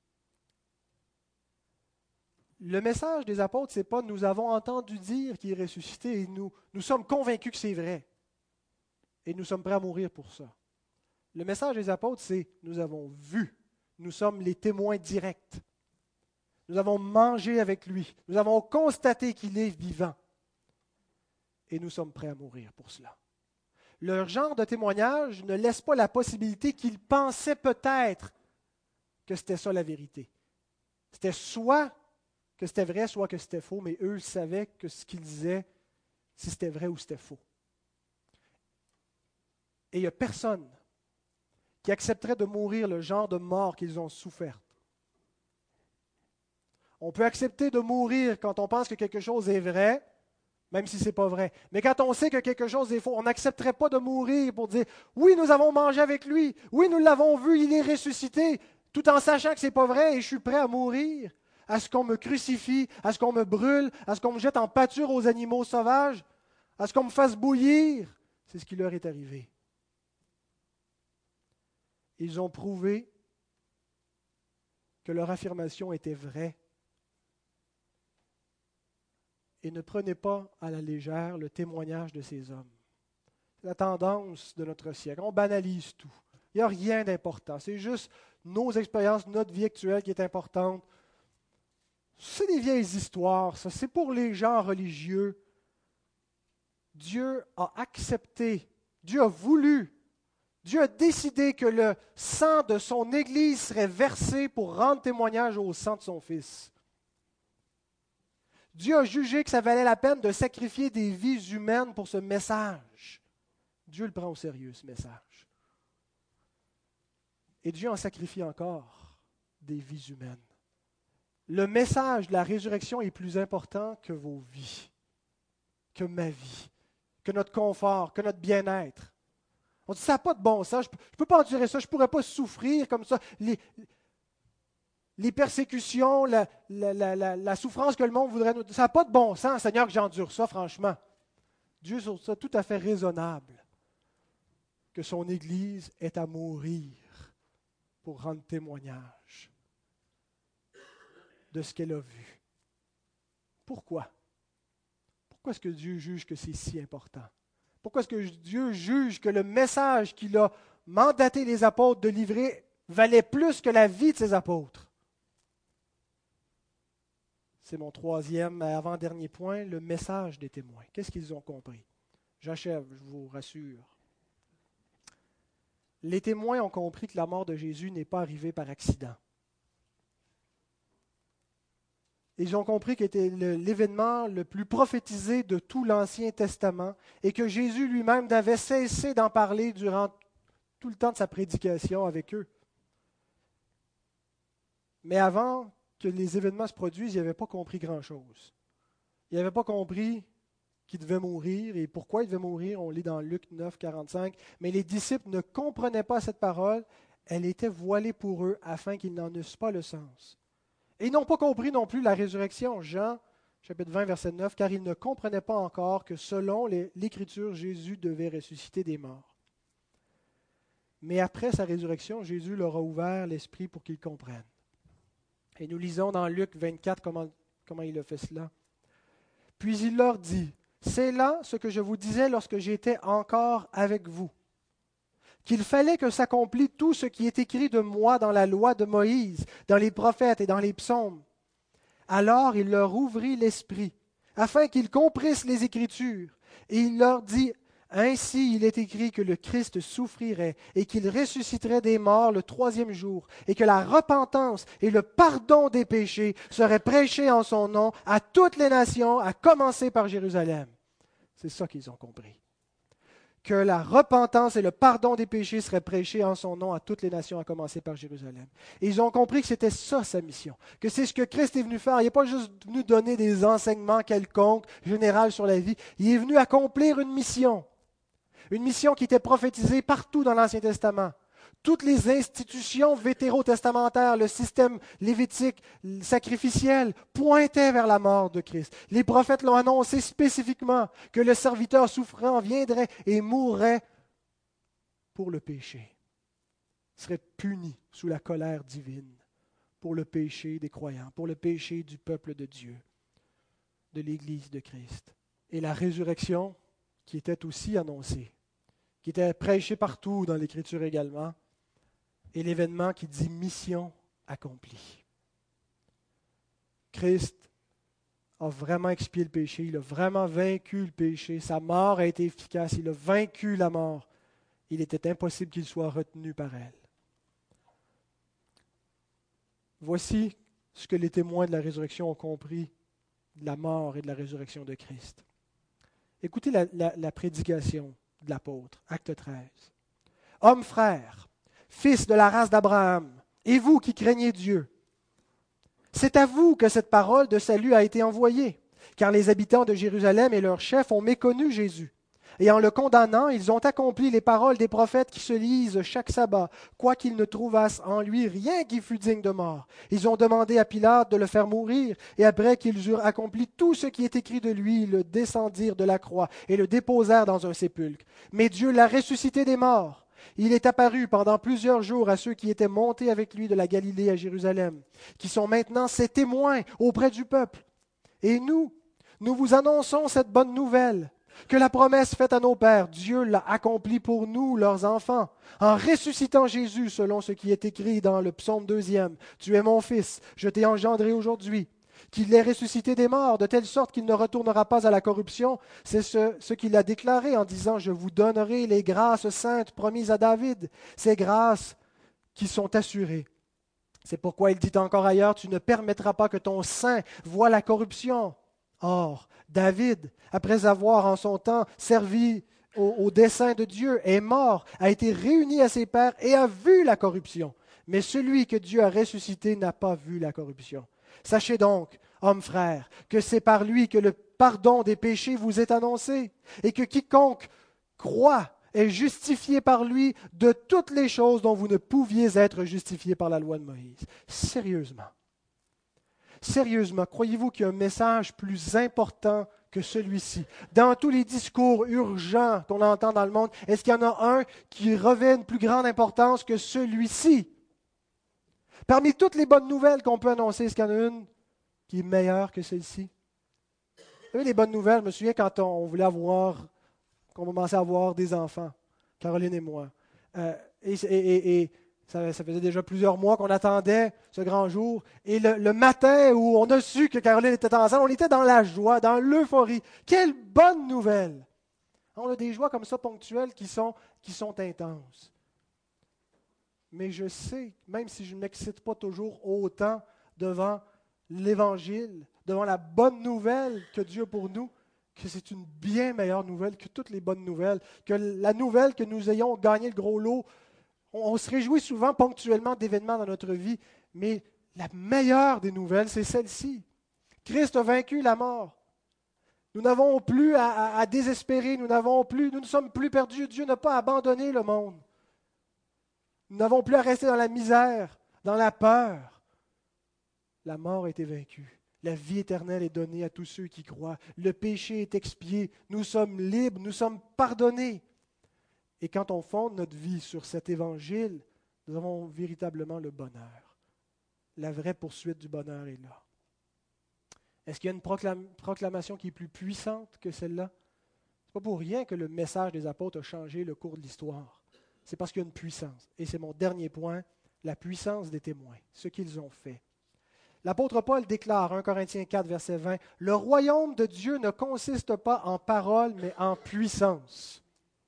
Le message des apôtres, ce n'est pas « nous avons entendu dire qu'il est ressuscité et nous sommes convaincus que c'est vrai et nous sommes prêts à mourir pour ça ». Le message des apôtres, c'est « nous avons vu, nous sommes les témoins directs. Nous avons mangé avec lui, nous avons constaté qu'il est vivant et nous sommes prêts à mourir pour cela ». Leur genre de témoignage ne laisse pas la possibilité qu'ils pensaient peut-être que c'était ça la vérité. C'était soit que c'était vrai, soit que c'était faux, mais eux savaient que ce qu'ils disaient si c'était vrai ou c'était faux. Et il n'y a personne qui accepterait de mourir le genre de mort qu'ils ont souffert. On peut accepter de mourir quand on pense que quelque chose est vrai, même si ce n'est pas vrai. Mais quand on sait que quelque chose est faux, on n'accepterait pas de mourir pour dire « Oui, nous avons mangé avec lui. Oui, nous l'avons vu, il est ressuscité. » Tout en sachant que ce n'est pas vrai et je suis prêt à mourir, à ce qu'on me crucifie, à ce qu'on me brûle, à ce qu'on me jette en pâture aux animaux sauvages, à ce qu'on me fasse bouillir. C'est ce qui leur est arrivé. Ils ont prouvé que leur affirmation était vraie. Et ne prenez pas à la légère le témoignage de ces hommes. C'est la tendance de notre siècle. On banalise tout. Il n'y a rien d'important. C'est juste nos expériences, notre vie actuelle qui est importante. C'est des vieilles histoires, ça. C'est pour les gens religieux. Dieu a accepté, Dieu a voulu, Dieu a décidé que le sang de son Église serait versé pour rendre témoignage au sang de son Fils. Dieu a jugé que ça valait la peine de sacrifier des vies humaines pour ce message. Dieu le prend au sérieux, ce message. Et Dieu en sacrifie encore des vies humaines. Le message de la résurrection est plus important que vos vies, que ma vie, que notre confort, que notre bien-être. On dit, ça n'a pas de bon sens, je ne peux pas endurer ça, je ne pourrais pas souffrir comme ça. Les persécutions, la souffrance que le monde voudrait nous... Ça n'a pas de bon sens, Seigneur, que j'endure ça, franchement. Dieu trouve ça tout à fait raisonnable que son Église ait à mourir pour rendre témoignage de ce qu'elle a vu. Pourquoi? Pourquoi est-ce que Dieu juge que c'est si important? Pourquoi est-ce que Dieu juge que le message qu'il a mandaté les apôtres de livrer valait plus que la vie de ces apôtres? C'est mon troisième, avant-dernier point, le message des témoins. Qu'est-ce qu'ils ont compris? J'achève, je vous rassure. Les témoins ont compris que la mort de Jésus n'est pas arrivée par accident. Ils ont compris qu'il était l'événement le plus prophétisé de tout l'Ancien Testament et que Jésus lui-même n'avait cessé d'en parler durant tout le temps de sa prédication avec eux. Mais avant que les événements se produisent, ils n'avaient pas compris grand-chose. Ils n'avaient pas compris qu'il devait mourir et pourquoi il devait mourir. On lit dans Luc 9, 45. Mais les disciples ne comprenaient pas cette parole. Elle était voilée pour eux afin qu'ils n'en eussent pas le sens. Et ils n'ont pas compris non plus la résurrection. Jean, chapitre 20, verset 9, car ils ne comprenaient pas encore que selon l'Écriture, Jésus devait ressusciter des morts. Mais après sa résurrection, Jésus leur a ouvert l'esprit pour qu'ils comprennent. Et nous lisons dans Luc 24 comment il a fait cela. Puis il leur dit, « C'est là ce que je vous disais lorsque j'étais encore avec vous, qu'il fallait que s'accomplisse tout ce qui est écrit de moi dans la loi de Moïse, dans les prophètes et dans les psaumes. » Alors il leur ouvrit l'esprit, afin qu'ils comprissent les Écritures. Et il leur dit, « Ainsi il est écrit que le Christ souffrirait et qu'il ressusciterait des morts le troisième jour, et que la repentance et le pardon des péchés seraient prêchés en son nom à toutes les nations, à commencer par Jérusalem. » C'est ça qu'ils ont compris. Que la repentance et le pardon des péchés seraient prêchés en son nom à toutes les nations, à commencer par Jérusalem. Et ils ont compris que c'était ça sa mission, que c'est ce que Christ est venu faire. Il n'est pas juste venu donner des enseignements quelconques, généraux sur la vie. Il est venu accomplir une mission qui était prophétisée partout dans l'Ancien Testament. Toutes les institutions vétérotestamentaires, le système lévitique, sacrificiel, pointaient vers la mort de Christ. Les prophètes l'ont annoncé spécifiquement, que le serviteur souffrant viendrait et mourrait pour le péché. Il serait puni sous la colère divine pour le péché des croyants, pour le péché du peuple de Dieu, de l'Église de Christ. Et la résurrection qui était aussi annoncée, qui était prêchée partout dans l'Écriture également, et l'événement qui dit mission accomplie. Christ a vraiment expié le péché, il a vraiment vaincu le péché, sa mort a été efficace, il a vaincu la mort. Il était impossible qu'il soit retenu par elle. Voici ce que les témoins de la résurrection ont compris de la mort et de la résurrection de Christ. Écoutez la prédication de l'apôtre, acte 13. Hommes frères, fils de la race d'Abraham, et vous qui craignez Dieu, c'est à vous que cette parole de salut a été envoyée, car les habitants de Jérusalem et leurs chefs ont méconnu Jésus. Et en le condamnant, ils ont accompli les paroles des prophètes qui se lisent chaque sabbat, quoiqu'ils ne trouvassent en lui rien qui fût digne de mort. Ils ont demandé à Pilate de le faire mourir, et après qu'ils eurent accompli tout ce qui est écrit de lui, ils le descendirent de la croix et le déposèrent dans un sépulcre. Mais Dieu l'a ressuscité des morts. Il est apparu pendant plusieurs jours à ceux qui étaient montés avec lui de la Galilée à Jérusalem, qui sont maintenant ses témoins auprès du peuple. Et nous vous annonçons cette bonne nouvelle, que la promesse faite à nos pères, Dieu l'a accomplie pour nous, leurs enfants, en ressuscitant Jésus selon ce qui est écrit dans le psaume 2. Tu es mon fils, je t'ai engendré aujourd'hui. Qu'il l'ait ressuscité des morts, de telle sorte qu'il ne retournera pas à la corruption. C'est ce qu'il a déclaré en disant, je vous donnerai les grâces saintes promises à David, ces grâces qui sont assurées. C'est pourquoi il dit encore ailleurs, tu ne permettras pas que ton sein voie la corruption. Or, David, après avoir en son temps servi au dessein de Dieu, est mort, a été réuni à ses pères et a vu la corruption. Mais celui que Dieu a ressuscité n'a pas vu la corruption. Sachez donc, hommes frères, que c'est par lui que le pardon des péchés vous est annoncé, et que quiconque croit est justifié par lui de toutes les choses dont vous ne pouviez être justifiés par la loi de Moïse. Sérieusement. Sérieusement, croyez-vous qu'il y a un message plus important que celui-ci? Dans tous les discours urgents qu'on entend dans le monde, est-ce qu'il y en a un qui revêt une plus grande importance que celui-ci? Parmi toutes les bonnes nouvelles qu'on peut annoncer, est-ce qu'il y en a une qui est meilleure que celle-ci? Vous savez, les bonnes nouvelles, je me souviens quand on voulait qu'on commençait à avoir des enfants, Caroline et moi. Et ça faisait déjà plusieurs mois qu'on attendait ce grand jour. Et le matin où on a su que Caroline était enceinte, on était dans la joie, dans l'euphorie. Quelle bonne nouvelle! On a des joies comme ça ponctuelles qui sont intenses. Mais je sais, même si je ne m'excite pas toujours autant devant l'Évangile, devant la bonne nouvelle que Dieu a pour nous, que c'est une bien meilleure nouvelle que toutes les bonnes nouvelles, que la nouvelle que nous ayons gagné le gros lot. On se réjouit souvent ponctuellement d'événements dans notre vie, mais la meilleure des nouvelles, c'est celle-ci. Christ a vaincu la mort. Nous n'avons plus à désespérer, nous ne sommes plus perdus. Dieu n'a pas abandonné le monde. Nous n'avons plus à rester dans la misère, dans la peur. La mort a été vaincue. La vie éternelle est donnée à tous ceux qui croient. Le péché est expié. Nous sommes libres, nous sommes pardonnés. Et quand on fonde notre vie sur cet évangile, nous avons véritablement le bonheur. La vraie poursuite du bonheur est là. Est-ce qu'il y a une proclamation qui est plus puissante que celle-là? Ce n'est pas pour rien que le message des apôtres a changé le cours de l'histoire. C'est parce qu'il y a une puissance. Et c'est mon dernier point, la puissance des témoins, ce qu'ils ont fait. L'apôtre Paul déclare, 1 Corinthiens 4, verset 20, « Le royaume de Dieu ne consiste pas en paroles, mais en puissance. »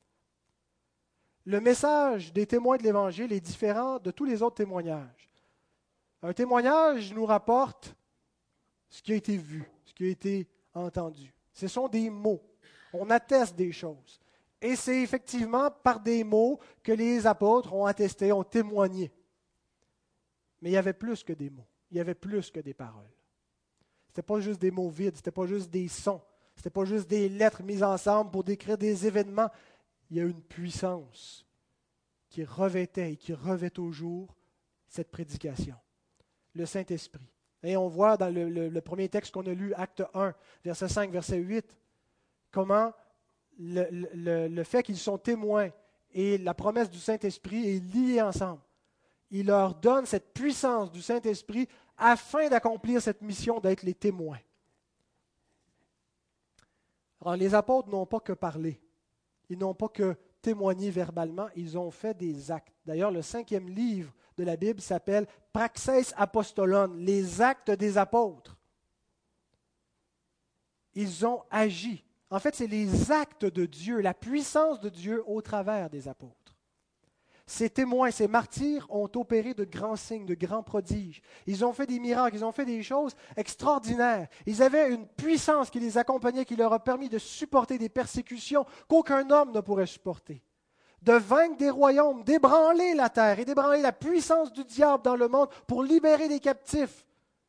Le message des témoins de l'Évangile est différent de tous les autres témoignages. Un témoignage nous rapporte ce qui a été vu, ce qui a été entendu. Ce sont des mots. On atteste des choses. Et c'est effectivement par des mots que les apôtres ont attesté, ont témoigné. Mais il y avait plus que des mots. Il y avait plus que des paroles. Ce n'était pas juste des mots vides, ce n'était pas juste des sons, ce n'était pas juste des lettres mises ensemble pour décrire des événements. Il y a une puissance qui revêtait et qui revêt toujours cette prédication. Le Saint-Esprit. Et on voit dans le premier texte qu'on a lu, Acte 1, verset 5, verset 8, comment le fait qu'ils sont témoins et la promesse du Saint-Esprit est liée ensemble. Il leur donne cette puissance du Saint-Esprit afin d'accomplir cette mission d'être les témoins. Alors, les apôtres n'ont pas que parlé. Ils n'ont pas que témoigné verbalement, ils ont fait des actes. D'ailleurs, le 5e livre de la Bible s'appelle Praxeis Apostolon, les actes des apôtres. Ils ont agi. En fait, c'est les actes de Dieu, la puissance de Dieu au travers des apôtres. Ces témoins, ces martyrs ont opéré de grands signes, de grands prodiges. Ils ont fait des miracles, ils ont fait des choses extraordinaires. Ils avaient une puissance qui les accompagnait, qui leur a permis de supporter des persécutions qu'aucun homme ne pourrait supporter. De vaincre des royaumes, d'ébranler la terre et d'ébranler la puissance du diable dans le monde pour libérer les captifs.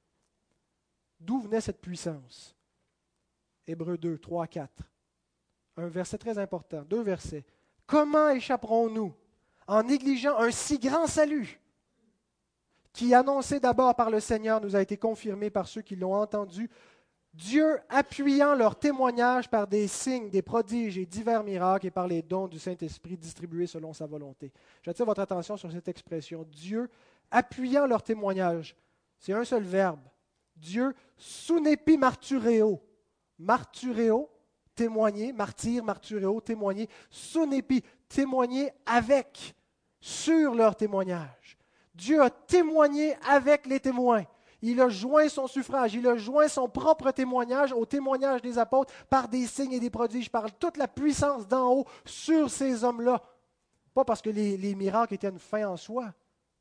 D'où venait cette puissance? Hébreux 2, 3, 4. Un verset très important, 2 versets. Comment échapperons-nous en négligeant un si grand salut qui, annoncé d'abord par le Seigneur, nous a été confirmé par ceux qui l'ont entendu, Dieu appuyant leur témoignage par des signes, des prodiges et divers miracles et par les dons du Saint-Esprit distribués selon sa volonté. J'attire votre attention sur cette expression. Dieu appuyant leur témoignage. C'est un seul verbe. Dieu sunepi martureo. Martureo, témoigner, martyr, martureo, témoigner. Sunepi, témoigner avec, sur leur témoignage. Dieu a témoigné avec les témoins. Il a joint son suffrage, il a joint son propre témoignage au témoignage des apôtres par des signes et des prodiges, par toute la puissance d'en haut sur ces hommes-là. Pas parce que les miracles étaient une fin en soi.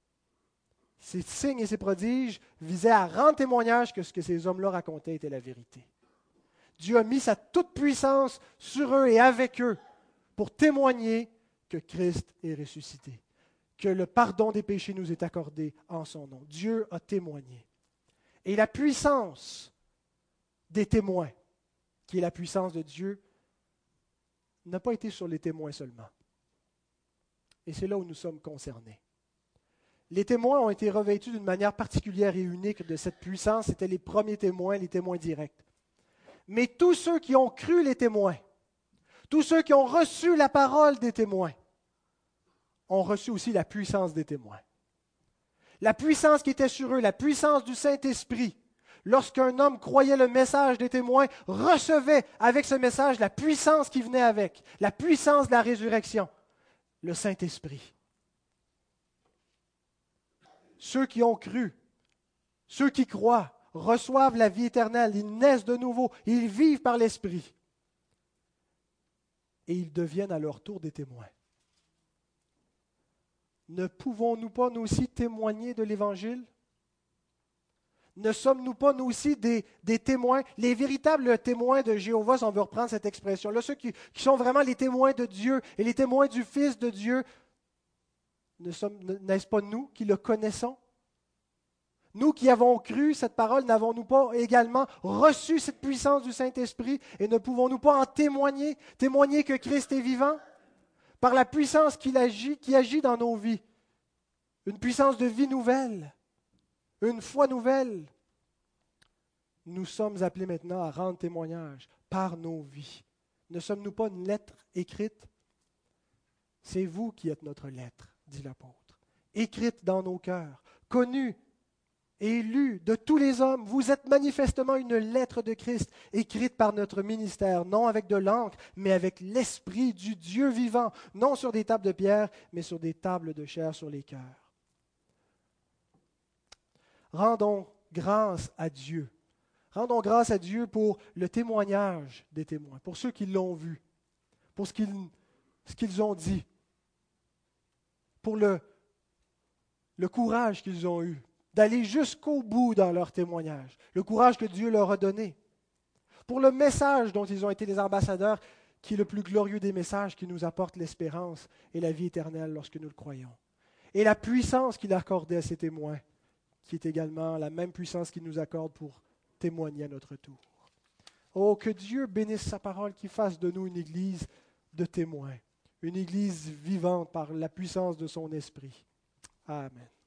Ces signes et ces prodiges visaient à rendre témoignage que ce que ces hommes-là racontaient était la vérité. Dieu a mis sa toute-puissance sur eux et avec eux pour témoigner que Christ est ressuscité, que le pardon des péchés nous est accordé en son nom. Dieu a témoigné. Et la puissance des témoins, qui est la puissance de Dieu, n'a pas été sur les témoins seulement. Et c'est là où nous sommes concernés. Les témoins ont été revêtus d'une manière particulière et unique de cette puissance. C'étaient les premiers témoins, les témoins directs. Mais tous ceux qui ont cru les témoins, tous ceux qui ont reçu la parole des témoins, ont reçu aussi la puissance des témoins. La puissance qui était sur eux, la puissance du Saint-Esprit, lorsqu'un homme croyait le message des témoins, recevait avec ce message la puissance qui venait avec, la puissance de la résurrection, le Saint-Esprit. Ceux qui ont cru, ceux qui croient, reçoivent la vie éternelle, ils naissent de nouveau, ils vivent par l'Esprit. Et ils deviennent à leur tour des témoins. Ne pouvons-nous pas, nous aussi, témoigner de l'Évangile? Ne sommes-nous pas, nous aussi, des témoins, les véritables témoins de Jéhovah, si on veut reprendre cette expression-là, ceux qui sont vraiment les témoins de Dieu et les témoins du Fils de Dieu, n'est-ce pas nous qui le connaissons? Nous qui avons cru cette parole, n'avons-nous pas également reçu cette puissance du Saint-Esprit et ne pouvons-nous pas en témoigner, témoigner que Christ est vivant? Par la puissance qui agit dans nos vies. Une puissance de vie nouvelle, une foi nouvelle. Nous sommes appelés maintenant à rendre témoignage par nos vies. Ne sommes-nous pas une lettre écrite? C'est vous qui êtes notre lettre, dit l'apôtre. Écrite dans nos cœurs, connue et lue de tous les hommes. Vous êtes manifestement une lettre de Christ, écrite par notre ministère, non avec de l'encre, mais avec l'Esprit du Dieu vivant, non sur des tables de pierre, mais sur des tables de chair sur les cœurs. Rendons grâce à Dieu. Rendons grâce à Dieu pour le témoignage des témoins, pour ceux qui l'ont vu, pour ce qu'ils ont dit, pour le courage qu'ils ont eu, d'aller jusqu'au bout dans leur témoignage, le courage que Dieu leur a donné, pour le message dont ils ont été les ambassadeurs, qui est le plus glorieux des messages, qui nous apporte l'espérance et la vie éternelle lorsque nous le croyons, et la puissance qu'il a accordée à ces témoins, qui est également la même puissance qu'il nous accorde pour témoigner à notre tour. Oh, que Dieu bénisse sa parole, qu'il fasse de nous une église de témoins, une église vivante par la puissance de son esprit. Amen.